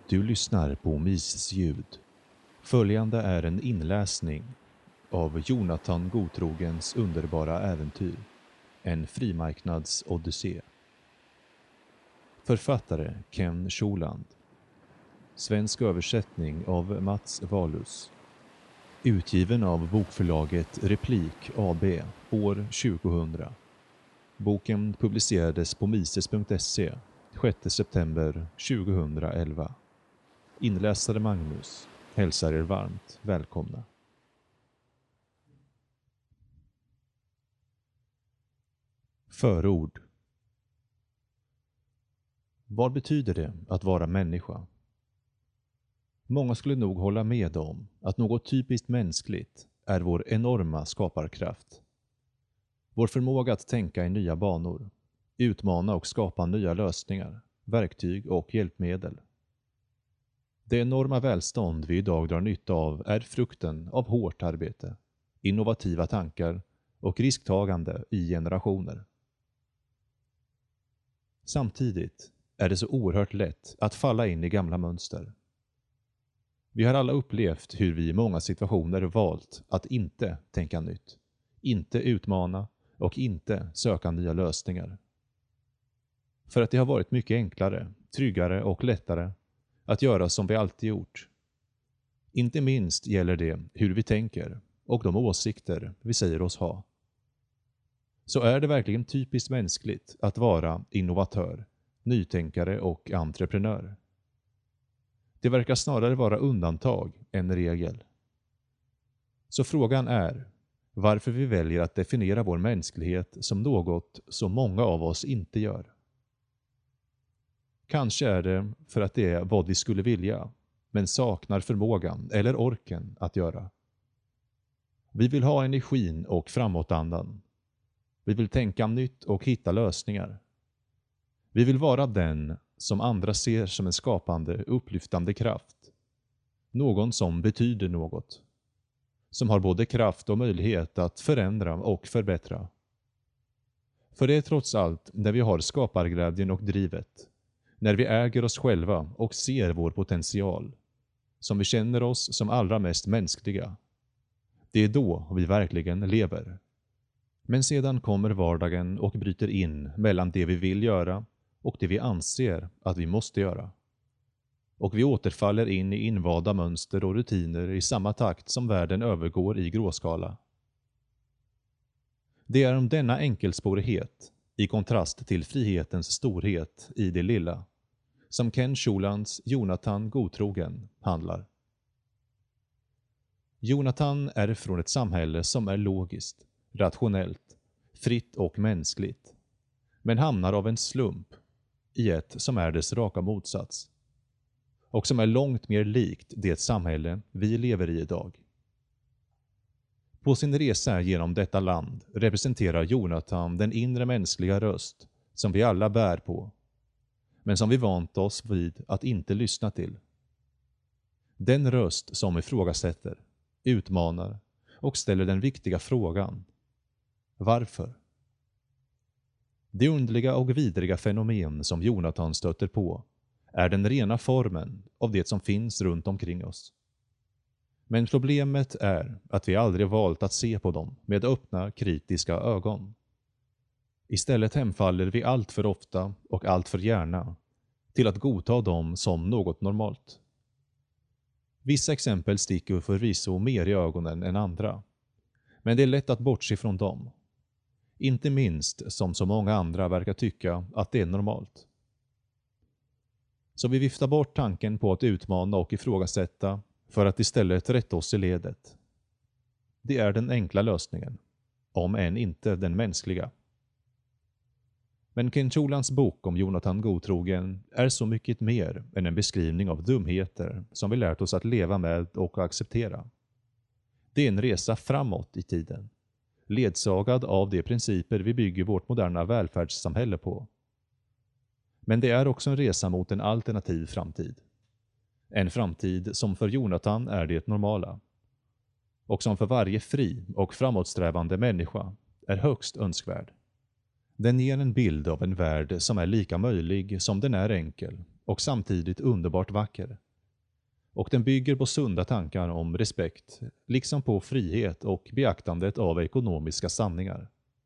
Du lyssnar på Mises ljud. Följande är en inläsning av Jonathan Godtrogens underbara äventyr. En frimarknads odyssé. Författare Ken Schuland. Svensk översättning av Mats Wahlus. Utgiven av bokförlaget Replik AB år 2000. Boken publicerades på mises.se 6 september 2011. Inläsare Magnus hälsar er varmt välkomna. Förord. Vad betyder det att vara människa? Många skulle nog hålla med om att något typiskt mänskligt är vår enorma skaparkraft. Vår förmåga att tänka i nya banor, utmana och skapa nya lösningar, verktyg och hjälpmedel. Det enorma välstånd vi idag drar nytta av är frukten av hårt arbete, innovativa tankar och risktagande i generationer. Samtidigt är det så oerhört lätt att falla in i gamla mönster. Vi har alla upplevt hur vi i många situationer valt att inte tänka nytt, inte utmana och inte söka nya lösningar. För att det har varit mycket enklare, tryggare och lättare att göra som vi alltid gjort. Inte minst gäller det hur vi tänker och de åsikter vi säger oss ha. Så är det verkligen typiskt mänskligt att vara innovatör, nytänkare och entreprenör. Det verkar snarare vara undantag än regel. Så frågan är varför vi väljer att definiera vår mänsklighet som något som många av oss inte gör. Kanske är det för att det är vad vi skulle vilja, men saknar förmågan eller orken att göra. Vi vill ha energin och framåtandan. Vi vill tänka nytt och hitta lösningar. Vi vill vara den som andra ser som en skapande, upplyftande kraft. Någon som betyder något. Som har både kraft och möjlighet att förändra och förbättra. För det är trots allt när vi har skaparglädjen och drivet, när vi äger oss själva och ser vår potential, som vi känner oss som allra mest mänskliga. Det är då vi verkligen lever. Men sedan kommer vardagen och bryter in mellan det vi vill göra och det vi anser att vi måste göra. Och vi återfaller in i invanda mönster och rutiner i samma takt som världen övergår i gråskala. Det är om denna enkelspårighet, i kontrast till frihetens storhet i det lilla, som Ken Schulands Jonathan Godtrogen handlar. Jonathan är från ett samhälle som är logiskt, rationellt, fritt och mänskligt, men hamnar av en slump i ett som är dess raka motsats, och som är långt mer likt det samhälle vi lever i idag. På sin resa genom detta land representerar Jonathan den inre mänskliga röst som vi alla bär på, men som vi vant oss vid att inte lyssna till. Den röst som ifrågasätter, utmanar och ställer den viktiga frågan: varför? Det underliga och vidriga fenomen som Jonathan stöter på är den rena formen av det som finns runt omkring oss. Men problemet är att vi aldrig valt att se på dem med öppna, kritiska ögon. Istället hemfaller vi allt för ofta och allt för gärna till att godta dem som något normalt. Vissa exempel sticker förvisso mer i ögonen än andra, men det är lätt att bortse från dem. Inte minst som så många andra verkar tycka att det är normalt. Så vi viftar bort tanken på att utmana och ifrågasätta för att istället rätta oss i ledet. Det är den enkla lösningen, om än inte den mänskliga. Men Ken Schulands bok om Jonathan Godtrogen är så mycket mer än en beskrivning av dumheter som vi lärt oss att leva med och acceptera. Det är en resa framåt i tiden, ledsagad av de principer vi bygger vårt moderna välfärdssamhälle på. Men det är också en resa mot en alternativ framtid. En framtid som för Jonathan är det normala. Och som för varje fri och framåtsträvande människa är högst önskvärd. Den ger en bild av en värld som är lika möjlig som den är enkel och samtidigt underbart vacker. Och den bygger på sunda tankar om respekt, liksom på frihet och beaktandet av ekonomiska sanningar.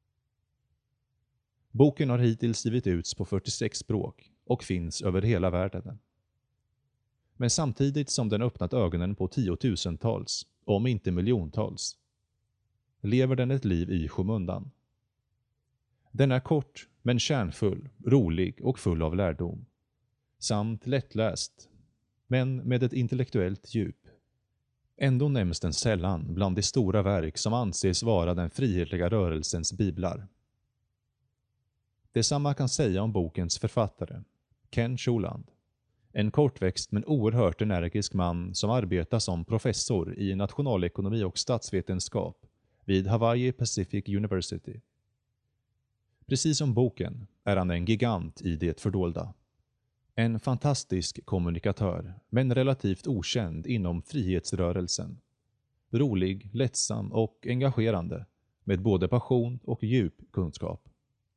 Boken har hittills givit ut på 46 språk och finns över hela världen. Men samtidigt som den öppnat ögonen på tiotusentals, om inte miljontals, lever den ett liv i skymundan. Den är kort men kärnfull, rolig och full av lärdom. Samt lättläst, men med ett intellektuellt djup. Ändå nämns den sällan bland de stora verk som anses vara den frihetliga rörelsens biblar. Detsamma kan säga om bokens författare, Ken Schuland. En kortväxt men oerhört energisk man som arbetar som professor i nationalekonomi och statsvetenskap vid Hawaii Pacific University. Precis som boken är han en gigant i det fördolda. En fantastisk kommunikatör, men relativt okänd inom frihetsrörelsen. Rolig, lättsam och engagerande, med både passion och djup kunskap.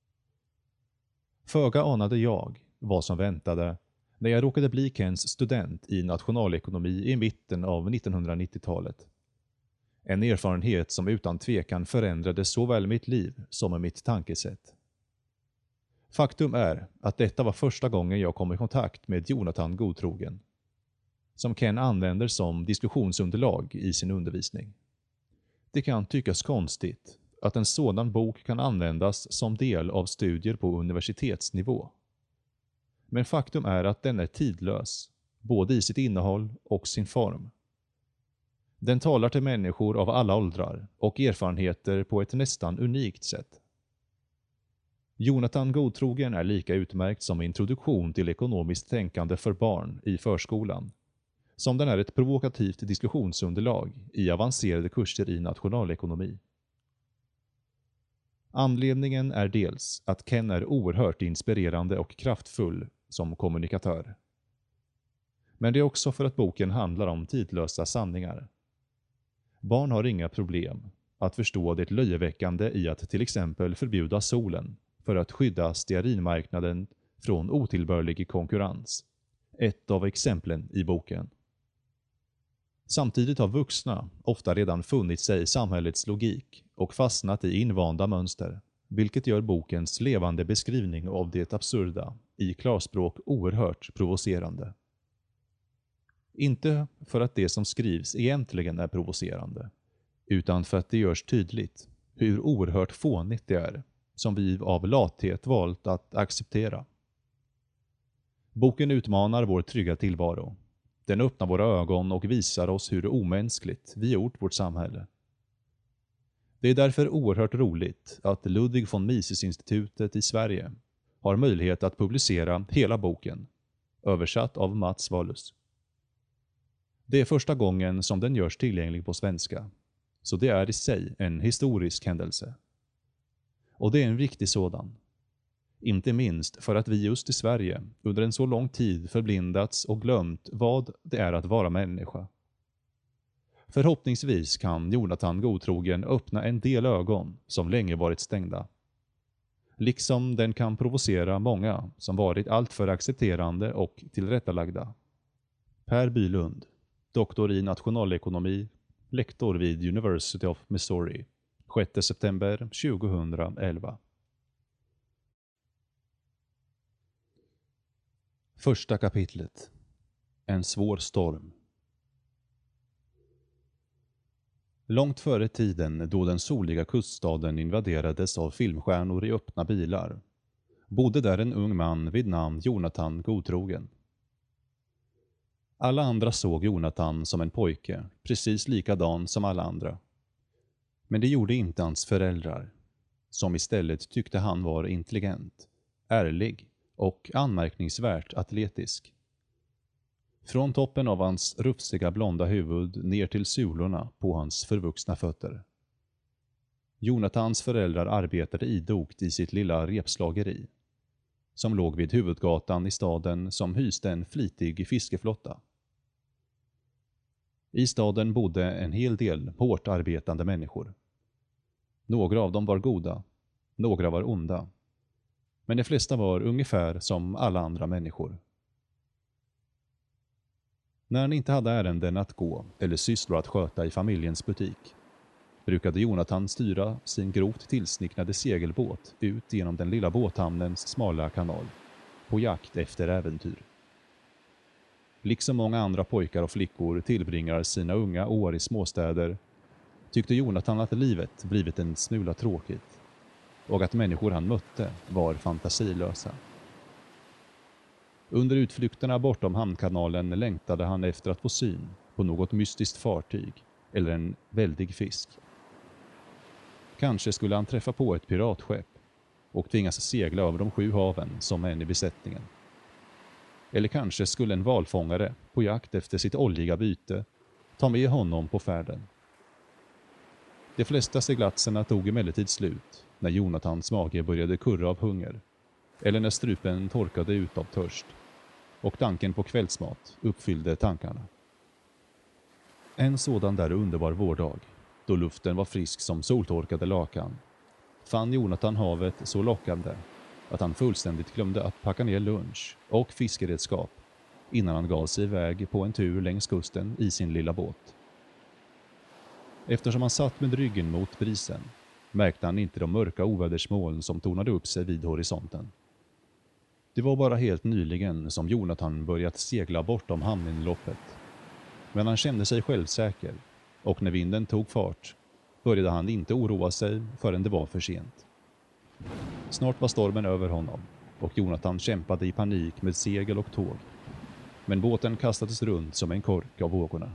Föga anade jag vad som väntade när jag råkade bli Kens student i nationalekonomi i mitten av 1990-talet. En erfarenhet som utan tvekan förändrade såväl mitt liv som mitt tankesätt. Faktum är att detta var första gången jag kom i kontakt med Jonathan Godtrogen, som Ken använder som diskussionsunderlag i sin undervisning. Det kan tyckas konstigt att en sådan bok kan användas som del av studier på universitetsnivå. Men faktum är att den är tidlös, både i sitt innehåll och sin form. Den talar till människor av alla åldrar och erfarenheter på ett nästan unikt sätt. Jonathan Godtrogen är lika utmärkt som introduktion till ekonomiskt tänkande för barn i förskolan, som den är ett provokativt diskussionsunderlag i avancerade kurser i nationalekonomi. Anledningen är dels att Ken är oerhört inspirerande och kraftfull som kommunikatör. Men det är också för att boken handlar om tidlösa sanningar. Barn har inga problem att förstå det löjeväckande i att till exempel förbjuda solen för att skydda stearinmarknaden från otillbörlig konkurrens. Ett av exemplen i boken. Samtidigt har vuxna ofta redan funnit sig i samhällets logik och fastnat i invanda mönster, vilket gör bokens levande beskrivning av det absurda i klarspråk oerhört provocerande. Inte för att det som skrivs egentligen är provocerande, utan för att det görs tydligt hur oerhört fånigt det är, som vi av lathet valt att acceptera. Boken utmanar vår trygga tillvaro. Den öppnar våra ögon och visar oss hur omänskligt vi gjort vårt samhälle. Det är därför oerhört roligt att Ludwig von Mises-institutet i Sverige har möjlighet att publicera hela boken, översatt av Mats Wahlus. Det är första gången som den görs tillgänglig på svenska, så det är i sig en historisk händelse. Och det är en viktig sådan. Inte minst för att vi just i Sverige under en så lång tid förblindats och glömt vad det är att vara människa. Förhoppningsvis kan Jonathan Godtrogen öppna en del ögon som länge varit stängda. Liksom den kan provocera många som varit alltför accepterande och tillrättalagda. Per Bylund, doktor i nationalekonomi, lektor vid University of Missouri, 6 september 2011. Första kapitlet. En svår storm. Långt före tiden då den soliga kuststaden invaderades av filmstjärnor i öppna bilar, bodde där en ung man vid namn Jonathan Godtrogen. Alla andra såg Jonathan som en pojke, precis likadan som alla andra. Men det gjorde inte hans föräldrar, som istället tyckte han var intelligent, ärlig och anmärkningsvärt atletisk. Från toppen av hans rufsiga blonda huvud ner till sulorna på hans förvuxna fötter. Jonathans föräldrar arbetade idogt i sitt lilla repslageri, som låg vid huvudgatan i staden som hyste en flitig fiskeflotta. I staden bodde en hel del hårt arbetande människor. Några av dem var goda, några var onda. Men de flesta var ungefär som alla andra människor. När han inte hade ärenden att gå eller sysslor att sköta i familjens butik brukade Jonathan styra sin grovt tillsnicknade segelbåt ut genom den lilla båthamnens smala kanal på jakt efter äventyr. Liksom många andra pojkar och flickor tillbringar sina unga år i småstäder tyckte Jonathan att livet blivit en smula tråkigt och att människor han mötte var fantasilösa. Under utflykterna bortom hamnkanalen längtade han efter att få syn på något mystiskt fartyg eller en väldig fisk. Kanske skulle han träffa på ett piratskepp och tvingas segla över de 7 haven som en i besättningen. Eller kanske skulle en valfångare på jakt efter sitt oljiga byte ta med honom på färden. De flesta seglatserna tog emellertid slut när Jonathans mage började kurra av hunger eller när strupen torkade ut av törst och tanken på kvällsmat uppfyllde tankarna. En sådan där underbar vårdag, då luften var frisk som soltorkade lakan, fann Jonathan havet så lockande att han fullständigt glömde att packa ner lunch och fiskeredskap innan han gav sig iväg på en tur längs kusten i sin lilla båt. Eftersom han satt med ryggen mot brisen märkte han inte de mörka ovädersmoln som tornade upp sig vid horisonten. Det var bara helt nyligen som Jonathan börjat segla bortom hamninloppet. Men han kände sig självsäker och när vinden tog fart började han inte oroa sig förrän det var för sent. Snart var stormen över honom och Jonathan kämpade i panik med segel och tåg. Men båten kastades runt som en kork av vågorna.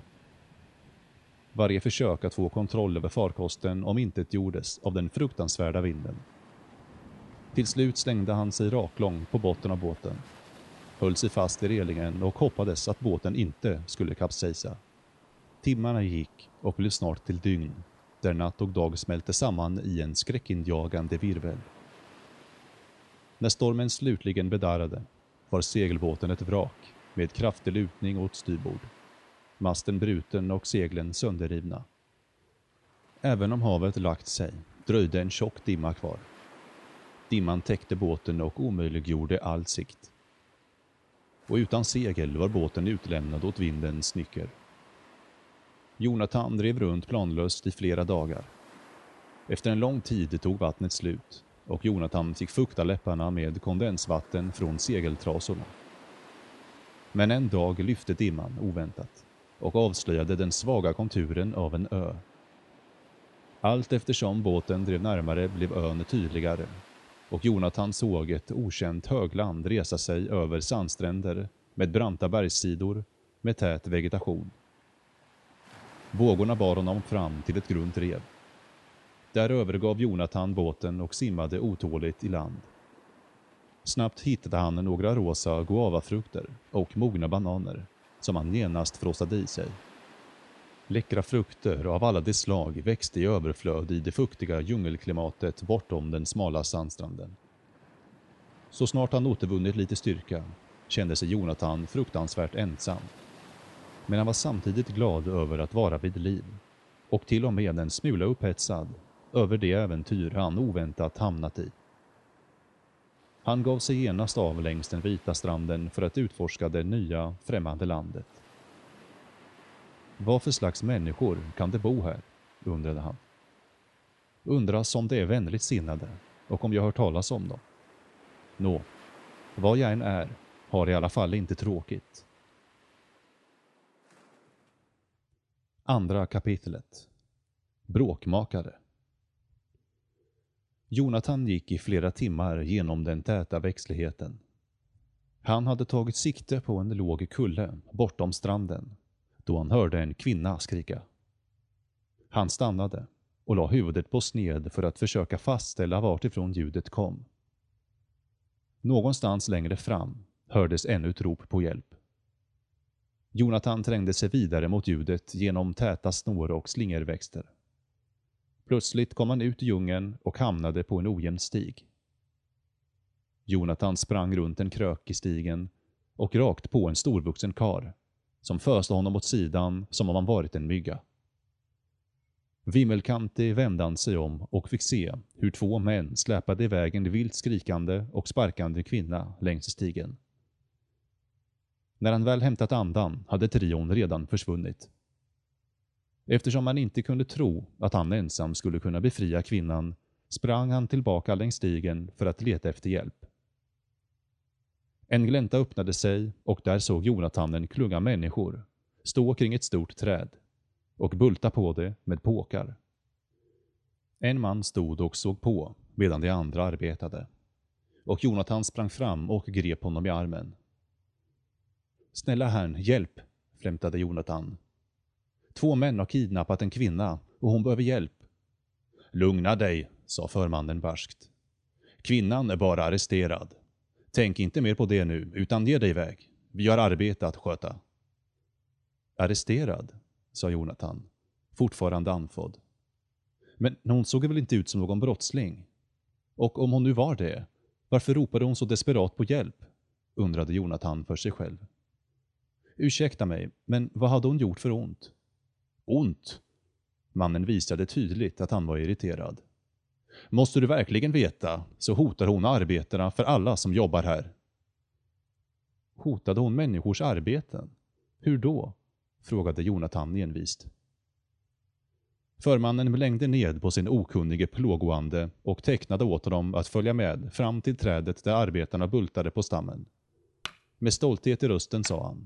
Varje försök att få kontroll över farkosten omintetgjordes av den fruktansvärda vinden. Till slut slängde han sig raklång på botten av båten, höll sig fast i relingen och hoppades att båten inte skulle kapsejsa. Timmarna gick och blev snart till dygn, där natt och dag smälte samman i en skräckinjagande virvel. När stormen slutligen bedarrade var segelbåten ett vrak med kraftig lutning åt styrbord, masten bruten och seglen sönderrivna. Även om havet lagt sig dröjde en tjock dimma kvar. Dimman täckte båten och omöjliggjorde all sikt. Och utan segel var båten utlämnad åt vindens nycker. Jonathan drev runt planlöst i flera dagar. Efter en lång tid tog vattnet slut och Jonathan fick fukta läpparna med kondensvatten från segeltrasorna. Men en dag lyfte dimman oväntat och avslöjade den svaga konturen av en ö. Allt eftersom båten drev närmare blev ön tydligare och Jonathan såg ett okänt högland resa sig över sandstränder med branta bergssidor med tät vegetation. Vågorna bar honom fram till ett grunt rev. Där övergav Jonathan båten och simmade otåligt i land. Snabbt hittade han några rosa guavafrukter och mogna bananer som han genast frostade i sig. Läckra frukter av alla de slag växte i överflöd i det fuktiga djungelklimatet bortom den smala sandstranden. Så snart han återvunnit lite styrka kände sig Jonathan fruktansvärt ensam. Men han var samtidigt glad över att vara vid liv och till och med en smula upphetsad över det äventyr han oväntat hamnat i. Han gav sig genast av längs den vita stranden för att utforska det nya, främmande landet. Vad för slags människor kan det bo här, undrade han. Undras om det är vänligt sinnade och om jag hört talas om dem. Nå, vad jag än är har i alla fall inte tråkigt. Andra kapitlet. Bråkmakare. Jonathan gick i flera timmar genom den täta växtligheten. Han hade tagit sikte på en låg kulle bortom stranden då han hörde en kvinna skrika. Han stannade och la huvudet på sned för att försöka fastställa vart ifrån ljudet kom. Någonstans längre fram hördes ännu ett rop på hjälp. Jonathan trängde sig vidare mot ljudet genom täta snår och slingerväxter. Plötsligt kom han ut i djungeln och hamnade på en ojämn stig. Jonathan sprang runt en krök i stigen och rakt på en storvuxen kar som föste honom åt sidan som om han varit en mygga. Vimmelkantig vände han sig om och fick se hur 2 män släpade iväg en vilt skrikande och sparkande kvinna längs stigen. När han väl hämtat andan hade trion redan försvunnit. Eftersom han inte kunde tro att han ensam skulle kunna befria kvinnan sprang han tillbaka längs stigen för att leta efter hjälp. En glänta öppnade sig och där såg Jonathan en klunga människor stå kring ett stort träd och bulta på det med påkar. En man stod och såg på medan de andra arbetade, och Jonathan sprang fram och grep honom i armen. Snälla herrn, hjälp, flämtade Jonathan. 2 män har kidnappat en kvinna och hon behöver hjälp. Lugna dig, sa förmannen barskt. Kvinnan är bara arresterad. Tänk inte mer på det nu, utan ge dig iväg. Vi har arbete att sköta. Arresterad, sa Jonathan, fortfarande andfådd. Men hon såg väl inte ut som någon brottsling? Och om hon nu var det, varför ropade hon så desperat på hjälp? Undrade Jonathan för sig själv. Ursäkta mig, men vad hade hon gjort för ont? Ont? Mannen visade tydligt att han var irriterad. Måste du verkligen veta, så hotar hon arbetarna för alla som jobbar här. Hotade hon människors arbeten? Hur då? Frågade Jonathan envist. Förmannen blängde ned på sin okunnige plågoande och tecknade åt honom att följa med fram till trädet där arbetarna bultade på stammen. Med stolthet i rösten sa han.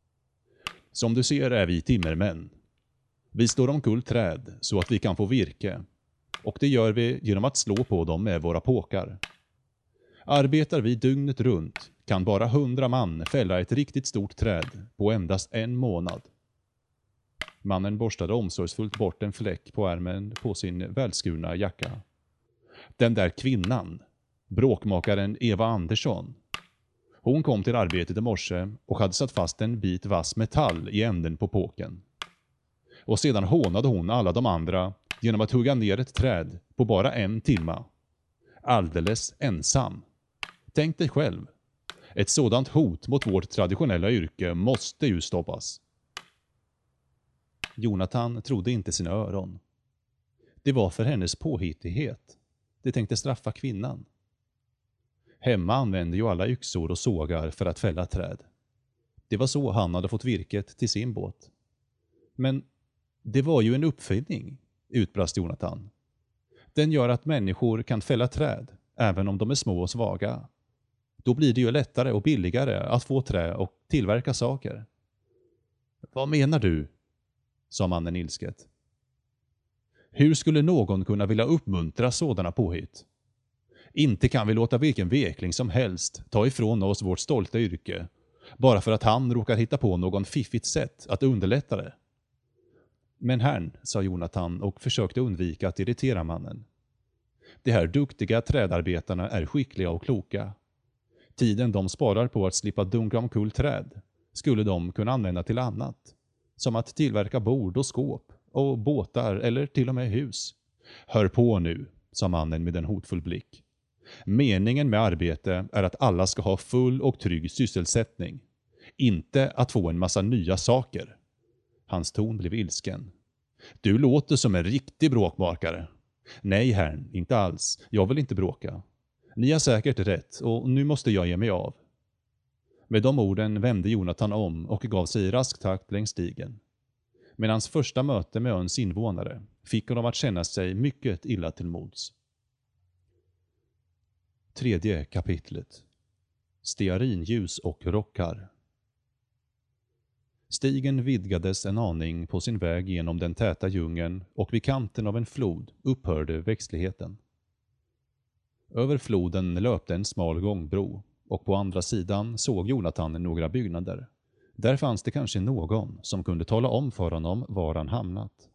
Som du ser är vi timmermän. Vi står omkull träd så att vi kan få virke, och det gör vi genom att slå på dem med våra påkar. Arbetar vi dygnet runt kan bara 100 man fälla ett riktigt stort träd på endast 1 månad. Mannen borstade omsorgsfullt bort en fläck på ärmen på sin välskurna jacka. Den där kvinnan, bråkmakaren Eva Andersson. Hon kom till arbetet i morse och hade satt fast en bit vass metall i änden på påken. Och sedan hånade hon alla de andra genom att hugga ner ett träd på bara 1 timme. Alldeles ensam. Tänk dig själv. Ett sådant hot mot vårt traditionella yrke måste ju stoppas. Jonathan trodde inte sina öron. Det var för hennes påhittighet. De tänkte straffa kvinnan. Hemma använde ju alla yxor och sågar för att fälla träd. Det var så han hade fått virket till sin båt. Men det var ju en uppfinning, utbrast Jonathan. Den gör att människor kan fälla träd, även om de är små och svaga. Då blir det ju lättare och billigare att få trä och tillverka saker. Vad menar du? Sa mannen ilsket. Hur skulle någon kunna vilja uppmuntra sådana påhitt? Inte kan vi låta vilken vekling som helst ta ifrån oss vårt stolta yrke, bara för att han råkar hitta på någon fiffigt sätt att underlätta det. Men herrn, sa Jonathan och försökte undvika att irritera mannen. De här duktiga trädarbetarna är skickliga och kloka. Tiden de sparar på att slippa dunka omkull träd skulle de kunna använda till annat, som att tillverka bord och skåp och båtar eller till och med hus. Hör på nu, sa mannen med en hotfull blick. Meningen med arbete är att alla ska ha full och trygg sysselsättning, inte att få en massa nya saker. Hans ton blev ilsken. Du låter som en riktig bråkmakare. Nej herrn, inte alls. Jag vill inte bråka. Ni har säkert rätt och nu måste jag ge mig av. Med de orden vände Jonathan om och gav sig i rask takt längs stigen. Men hans första möte med öns invånare fick honom att känna sig mycket illa till mods. 3:e kapitlet. Stearinljus och rockar. Stigen vidgades en aning på sin väg genom den täta djungeln och vid kanten av en flod upphörde växtligheten. Över floden löpte en smal gångbro och på andra sidan såg Jonathan några byggnader. Där fanns det kanske någon som kunde tala om för honom var han hamnat.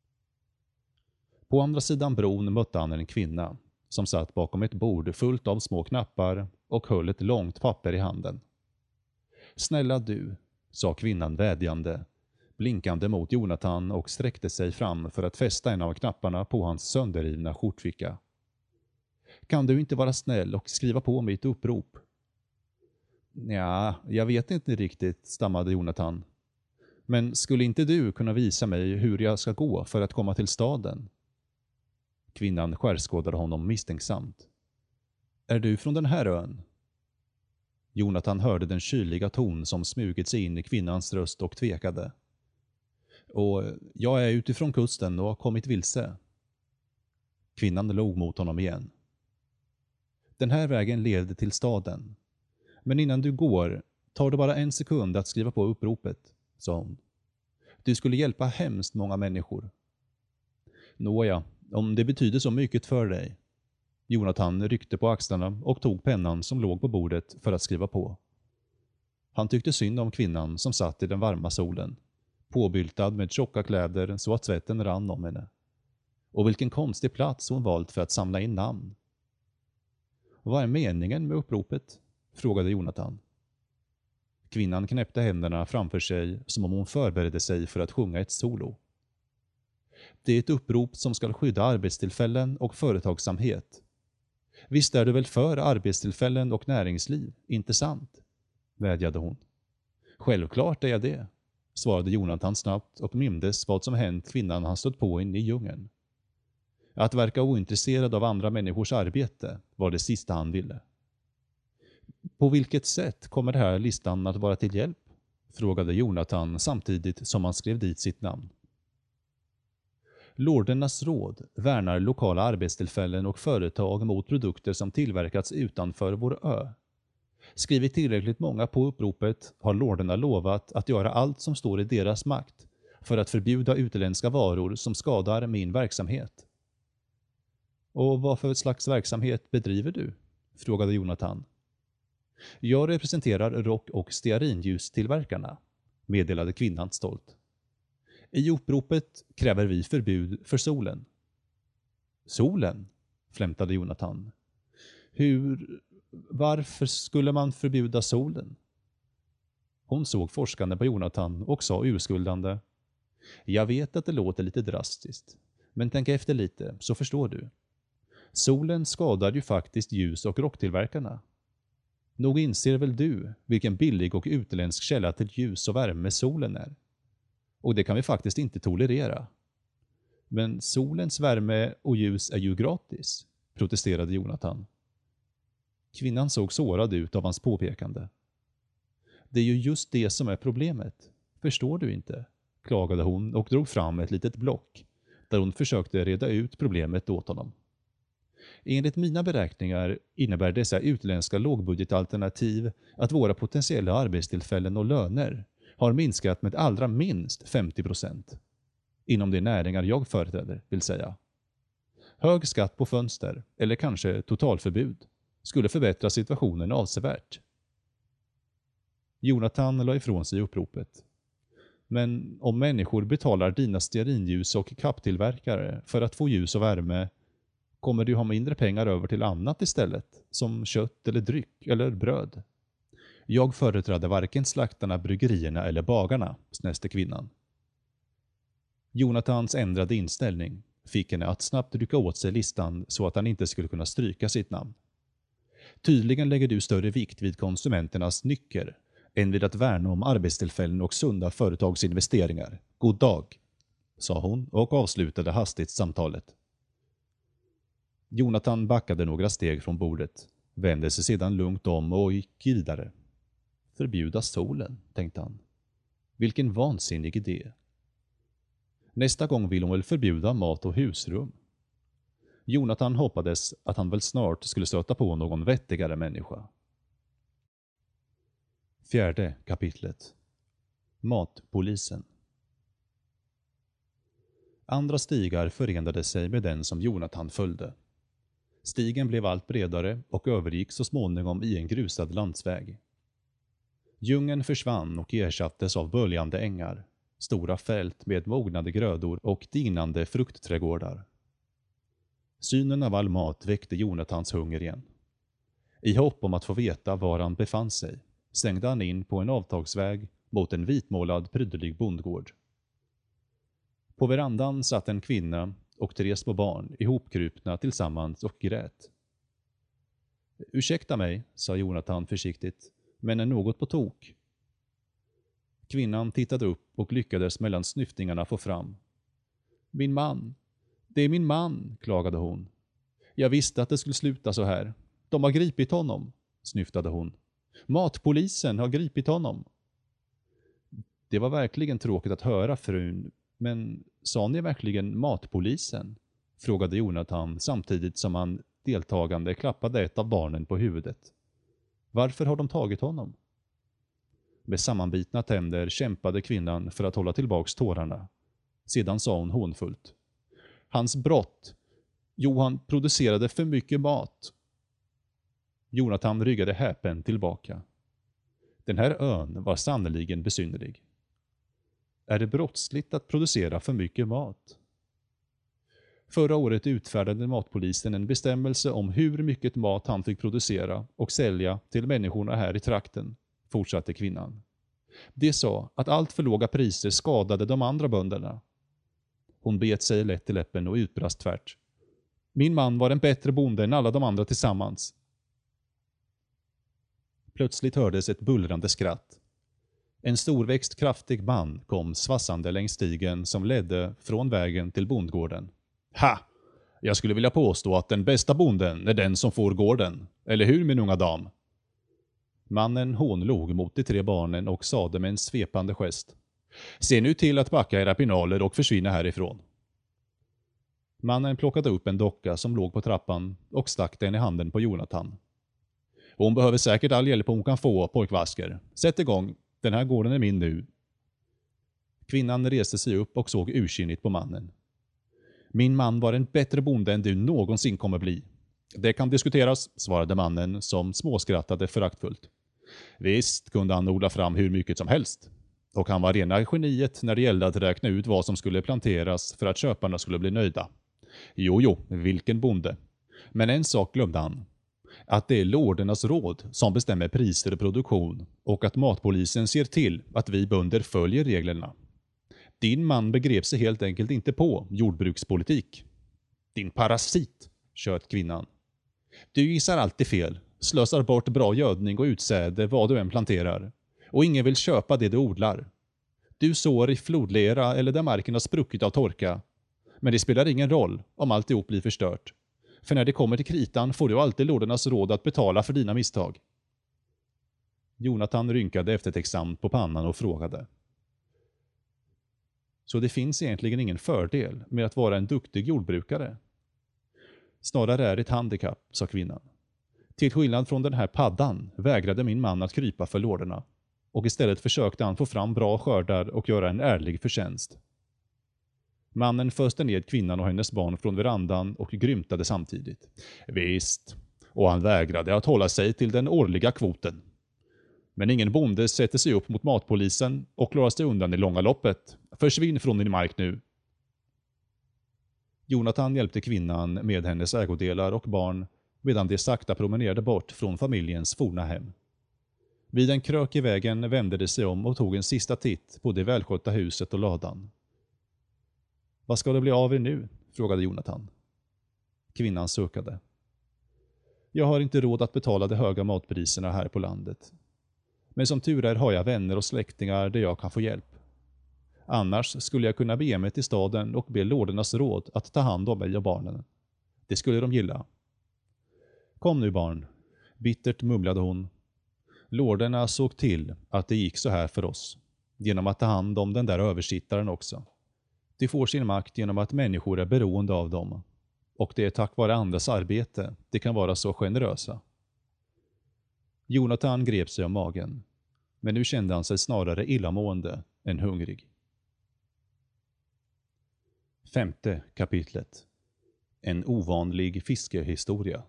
På andra sidan bron mötte han en kvinna som satt bakom ett bord fullt av små knappar och höll ett långt papper i handen. Snälla du, sa kvinnan vädjande, blinkande mot Jonathan och sträckte sig fram för att fästa en av knapparna på hans sönderrivna skjortficka. Kan du inte vara snäll och skriva på mitt upprop? Ja, jag vet inte riktigt, stammade Jonathan. Men skulle inte du kunna visa mig hur jag ska gå för att komma till staden? Kvinnan skärskådade honom misstänksamt. Är du från den här ön? Jonathan hörde den kyliga ton som smugit sig in i kvinnans röst och tvekade. Och jag är utifrån kusten och har kommit vilse. Kvinnan log mot honom igen. Den här vägen leder till staden. Men innan du går tar det bara 1 sekund att skriva på uppropet, sa hon. Du skulle hjälpa hemskt många människor. Nåja, om det betyder så mycket för dig. Jonathan ryckte på axlarna och tog pennan som låg på bordet för att skriva på. Han tyckte synd om kvinnan som satt i den varma solen, påbyltad med tjocka kläder så att svetten rann om henne. Och vilken konstig plats hon valt för att samla in namn. Vad är meningen med uppropet? Frågade Jonathan. Kvinnan knäppte händerna framför sig som om hon förberedde sig för att sjunga ett solo. Det är ett upprop som ska skydda arbetstillfällen och företagsamhet. Visst är du väl för arbetstillfällen och näringsliv, inte sant? Vädjade hon. Självklart är jag det, svarade Jonathan snabbt och mindes vad som hänt kvinnan han stött på in i djungeln. Att verka ointresserad av andra människors arbete var det sista han ville. På vilket sätt kommer det här listan att vara till hjälp? Frågade Jonathan samtidigt som han skrev dit sitt namn. Lordernas råd värnar lokala arbetstillfällen och företag mot produkter som tillverkats utanför vår ö. Skrivit tillräckligt många på uppropet har lorderna lovat att göra allt som står i deras makt för att förbjuda utländska varor som skadar min verksamhet. Och vad för slags verksamhet bedriver du? Frågade Jonathan. Jag representerar rock- och stearinljustillverkarna, meddelade kvinnan stolt. I uppropet kräver vi förbud för solen. Solen? Flämtade Jonathan. Varför skulle man förbjuda solen? Hon såg forskande på Jonathan och sa urskuldande. Jag vet att det låter lite drastiskt, men tänk efter lite så förstår du. Solen skadar ju faktiskt ljus- och rocktillverkarna. Nog inser väl du vilken billig och utländsk källa till ljus och värme solen är? Och det kan vi faktiskt inte tolerera. Men solens värme och ljus är ju gratis, protesterade Jonathan. Kvinnan såg sårad ut av hans påpekande. Det är ju just det som är problemet. Förstår du inte? Klagade hon och drog fram ett litet block där hon försökte reda ut problemet åt honom. Enligt mina beräkningar innebär dessa utländska lågbudgetalternativ att våra potentiella arbetstillfällen och löner har minskat med allra minst 50%. Inom de näringar jag företräder, vill säga. Hög skatt på fönster, eller kanske totalförbud, skulle förbättra situationen avsevärt. Jonathan la ifrån sig uppropet. Men om människor betalar dina stearinljus och kapptillverkare för att få ljus och värme, kommer du ha mindre pengar över till annat istället, som kött eller dryck eller bröd. Jag företräder varken slaktarna, bryggerierna eller bagarna, snäste kvinnan. Jonathans ändrade inställning fick henne att snabbt rycka åt sig listan så att han inte skulle kunna stryka sitt namn. Tydligen lägger du större vikt vid konsumenternas nycker än vid att värna om arbetstillfällen och sunda företagsinvesteringar. God dag, sa hon och avslutade hastigt samtalet. Jonathan backade några steg från bordet, vände sig sedan lugnt om och gick vidare. Förbjuda solen, tänkte han. Vilken vansinnig idé. Nästa gång vill hon väl förbjuda mat och husrum. Jonathan hoppades att han väl snart skulle stöta på någon vettigare människa. 4:e kapitlet. Matpolisen. Andra stigar förenade sig med den som Jonathan följde. Stigen blev allt bredare och övergick så småningom i en grusad landsväg. Djungeln försvann och ersattes av böljande ängar, stora fält med mognade grödor och dinande fruktträdgårdar. Synen av all mat väckte Jonathans hunger igen. I hopp om att få veta var han befann sig, svängde han in på en avtagsväg mot en vitmålad prydlig bondgård. På verandan satt en kvinna och 3 små barn ihopkrupna tillsammans och grät. Ursäkta mig, sa Jonathan försiktigt, men är något på tok? Kvinnan tittade upp och lyckades mellan snyftningarna få fram. Min man. Det är min man, klagade hon. Jag visste att det skulle sluta så här. De har gripit honom, snyftade hon. Matpolisen har gripit honom. Det var verkligen tråkigt att höra, frun, men sa ni verkligen matpolisen? Frågade Jonathan samtidigt som han deltagande klappade ett av barnen på huvudet. Varför har de tagit honom? Med sammanbitna tänder kämpade kvinnan för att hålla tillbaks tårarna. Sedan sa hon hånfullt. Hans brott. Johan producerade för mycket mat. Jonathan ryggade häpen tillbaka. Den här ön var sannoliken besynnerlig. Är det brottsligt att producera för mycket mat? Förra året utfärdade matpolisen en bestämmelse om hur mycket mat han fick producera och sälja till människorna här i trakten, fortsatte kvinnan. Det sa att allt för låga priser skadade de andra bönderna. Hon bet sig lätt i läppen och utbrast tvärt. Min man var en bättre bonde än alla de andra tillsammans. Plötsligt hördes ett bullrande skratt. En storväxt kraftig man kom svassande längs stigen som ledde från vägen till bondgården. Ha! Jag skulle vilja påstå att den bästa bonden är den som får gården. Eller hur, min unga dam? Mannen hånlog mot de 3 barnen och sade med en svepande gest. Se nu till att backa era pinaler och försvinna härifrån. Mannen plockade upp en docka som låg på trappan och stack den i handen på Jonathan. Hon behöver säkert all hjälp hon kan få, pojkvasker. Sätt igång, den här gården är min nu. Kvinnan reste sig upp och såg ursinnigt på mannen. Min man var en bättre bonde än du någonsin kommer bli. Det kan diskuteras, svarade mannen som småskrattade föraktfullt. Visst kunde han odla fram hur mycket som helst. Och han var rena geniet när det gällde att räkna ut vad som skulle planteras för att köparna skulle bli nöjda. Jo, vilken bonde. Men en sak glömde han. Att det är lordernas råd som bestämmer priser och produktion och att matpolisen ser till att vi bönder följer reglerna. Din man begrep sig helt enkelt inte på jordbrukspolitik. Din parasit, tjöt kvinnan. Du gissar alltid fel, slösar bort bra gödning och utsäde vad du än planterar. Och ingen vill köpa det du odlar. Du sår i flodlera eller där marken har spruckit av torka. Men det spelar ingen roll om alltihop blir förstört. För när det kommer till kritan får du alltid lordernas råd att betala för dina misstag. Jonathan rynkade eftertänksamt på pannan och frågade. Så det finns egentligen ingen fördel med att vara en duktig jordbrukare? Snarare är det ett handikapp, sa kvinnan. Till skillnad från den här paddan vägrade min man att krypa för lorderna. Och istället försökte han få fram bra skördar och göra en ärlig förtjänst. Mannen föste ned kvinnan och hennes barn från verandan och grymtade samtidigt. Visst, och han vägrade att hålla sig till den årliga kvoten. Men ingen bonde sätter sig upp mot matpolisen och klarar sig undan i långa loppet. Försvinn från din mark nu. Jonathan hjälpte kvinnan med hennes ägodelar och barn medan de sakta promenerade bort från familjens forna hem. Vid en krök i vägen vände de sig om och tog en sista titt på det välskötta huset och ladan. Vad ska det bli av er nu? Frågade Jonathan. Kvinnan suckade. Jag har inte råd att betala de höga matpriserna här på landet. Men som tur är har jag vänner och släktingar där jag kan få hjälp. Annars skulle jag kunna bege mig till staden och be lordernas råd att ta hand om mig och barnen. Det skulle de gilla. Kom nu barn, bittert mumlade hon. Lorderna såg till att det gick så här för oss, genom att ta hand om den där översittaren också. De får sin makt genom att människor är beroende av dem. Och det är tack vare andras arbete de kan vara så generösa. Jonathan grep sig om magen. Men nu kände han sig snarare illamående än hungrig. 5:e kapitlet. En ovanlig fiskehistoria.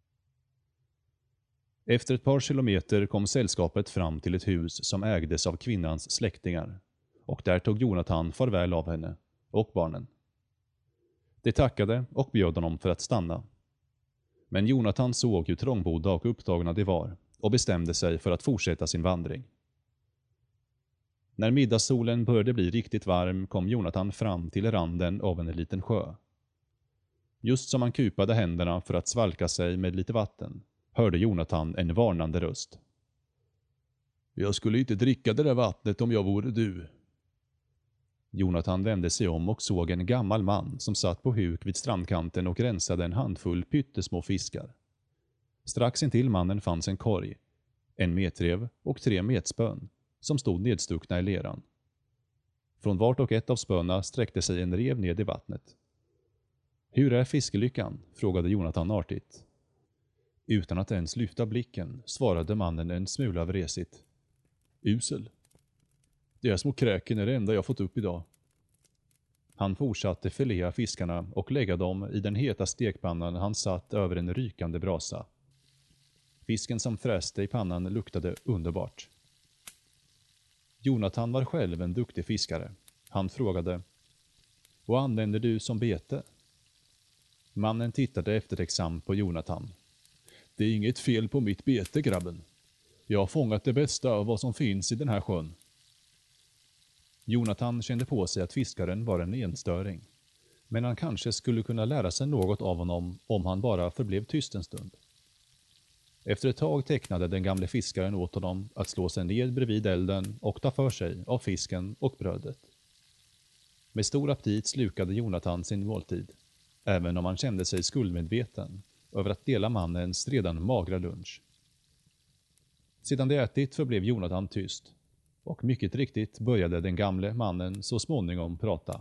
Efter ett par kilometer kom sällskapet fram till ett hus som ägdes av kvinnans släktingar. Och där tog Jonathan farväl av henne och barnen. De tackade och bjöd honom för att stanna. Men Jonathan såg hur trångbodda och upptagna de var och bestämde sig för att fortsätta sin vandring. När middagssolen började bli riktigt varm kom Jonathan fram till randen av en liten sjö. Just som han kupade händerna för att svalka sig med lite vatten hörde Jonathan en varnande röst. Jag skulle inte dricka det där vattnet om jag vore du. Jonathan vände sig om och såg en gammal man som satt på huk vid strandkanten och rensade en handfull pyttesmå fiskar. Strax intill mannen fanns en korg, en metrev och 3 metspön som stod nedstuckna i leran. Från vart och ett av spöna sträckte sig en rev ned i vattnet. Hur är fiskelyckan? Frågade Jonathan artigt. Utan att ens lyfta blicken svarade mannen en smula vresigt. Usel. De små kräken är det enda jag fått upp idag. Han fortsatte filea fiskarna och lägga dem i den heta stekpannan han satt över en rykande brasa. Fisken som fräste i pannan luktade underbart. Jonathan var själv en duktig fiskare. Han frågade: vad använder du som bete? Mannen tittade eftertänksamt på Jonathan. Det är inget fel på mitt bete, grabben. Jag har fångat det bästa av vad som finns i den här sjön. Jonathan kände på sig att fiskaren var en enstöring. Men han kanske skulle kunna lära sig något av honom om han bara förblev tyst en stund. Efter ett tag tecknade den gamle fiskaren åt honom att slå sig ned bredvid elden och ta för sig av fisken och brödet. Med stor aptit slukade Jonathan sin måltid, även om han kände sig skuldmedveten över att dela mannens redan magra lunch. Sedan de ätit förblev Jonathan tyst, och mycket riktigt började den gamle mannen så småningom prata.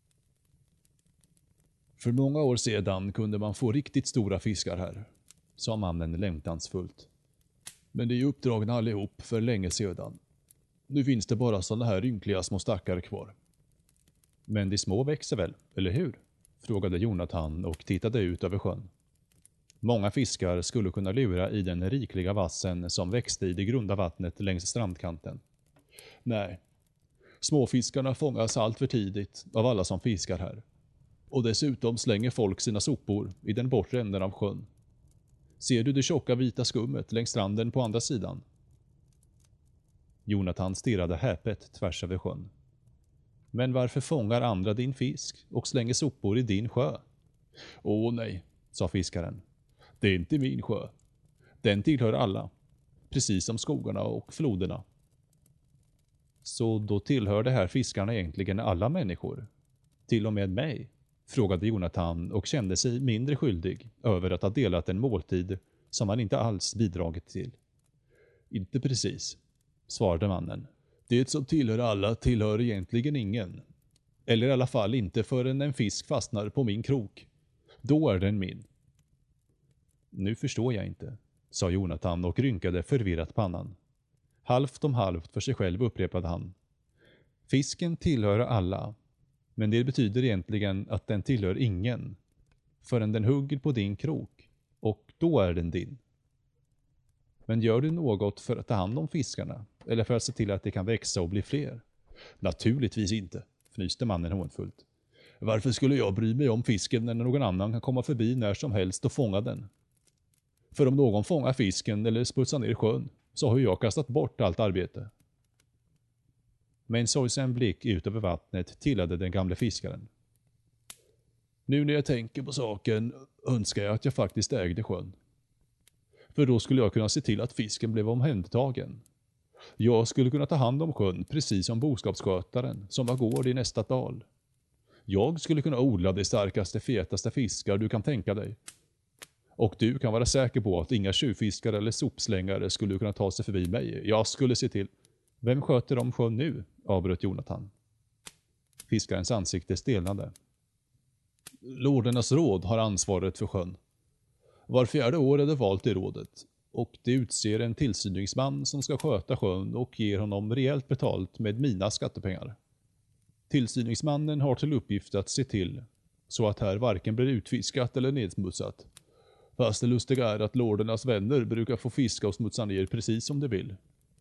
För många år sedan kunde man få riktigt stora fiskar här, sa mannen längtansfullt. Men det är uppdragna allihop för länge sedan. Nu finns det bara sådana här ynkliga små stackare kvar. Men de små växer väl, eller hur? Frågade Jonathan och tittade ut över sjön. Många fiskar skulle kunna lura i den rikliga vassen som växte i det grunda vattnet längs strandkanten. Nej, småfiskarna fångas allt för tidigt av alla som fiskar här. Och dessutom slänger folk sina sopor i den bortre änden av sjön. Ser du det tjocka vita skummet längs stranden på andra sidan? Jonathan stirrade häpet tvärs över sjön. Men varför fångar andra din fisk och slänger sopor i din sjö? Åh nej, sa fiskaren. Det är inte min sjö. Den tillhör alla, precis som skogarna och floderna. Så då tillhör de här fiskarna egentligen alla människor? Till och med mig? Frågade Jonathan och kände sig mindre skyldig över att ha delat en måltid som han inte alls bidragit till. Inte precis, svarade mannen. Det som tillhör alla tillhör egentligen ingen. Eller i alla fall inte förrän en fisk fastnar på min krok. Då är den min. Nu förstår jag inte, sa Jonathan och rynkade förvirrat pannan. Halvt om halvt för sig själv upprepade han. Fisken tillhör alla, men det betyder egentligen att den tillhör ingen. Förrän den hugger på din krok, och då är den din. Men gör du något för att ta hand om fiskarna, eller för att se till att de kan växa och bli fler? Naturligtvis inte, fnyste mannen hånfullt. Varför skulle jag bry mig om fisken när någon annan kan komma förbi när som helst och fånga den? För om någon fångar fisken eller sputsar ner i sjön, så har jag kastat bort allt arbete. Med en sorgsen blick ut över vattnet tillade den gamle fiskaren. Nu när jag tänker på saken önskar jag att jag faktiskt ägde sjön. För då skulle jag kunna se till att fisken blev omhändertagen. Jag skulle kunna ta hand om sjön precis som boskapsskötaren som var gård i nästa dal. Jag skulle kunna odla de starkaste, fetaste fiskar du kan tänka dig. Och du kan vara säker på att inga tjuvfiskare eller sopslängare skulle kunna ta sig förbi mig. Jag skulle se till... Vem sköter om sjön nu? Avbröt Jonathan. Fiskarens ansikte stelnade. Lordernas råd har ansvaret för sjön. Var 4:e år är det valt i rådet. Och det utser en tillsyningsman som ska sköta sjön och ger honom rejält betalt med mina skattepengar. Tillsyningsmannen har till uppgift att se till så att här varken blir utfiskat eller nedsmutsat. Fast det lustiga är att lordernas vänner brukar få fiska och smutsa ner precis som de vill.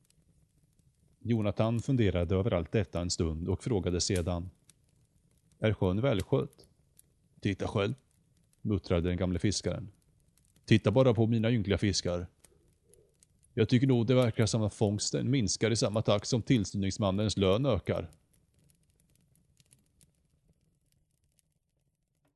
Jonathan funderade över allt detta en stund och frågade sedan. Är sjön välskött? Titta själv, muttrade den gamle fiskaren. Titta bara på mina ynkliga fiskar. Jag tycker nog det verkar som att fångsten minskar i samma takt som tillsyningsmannens lön ökar.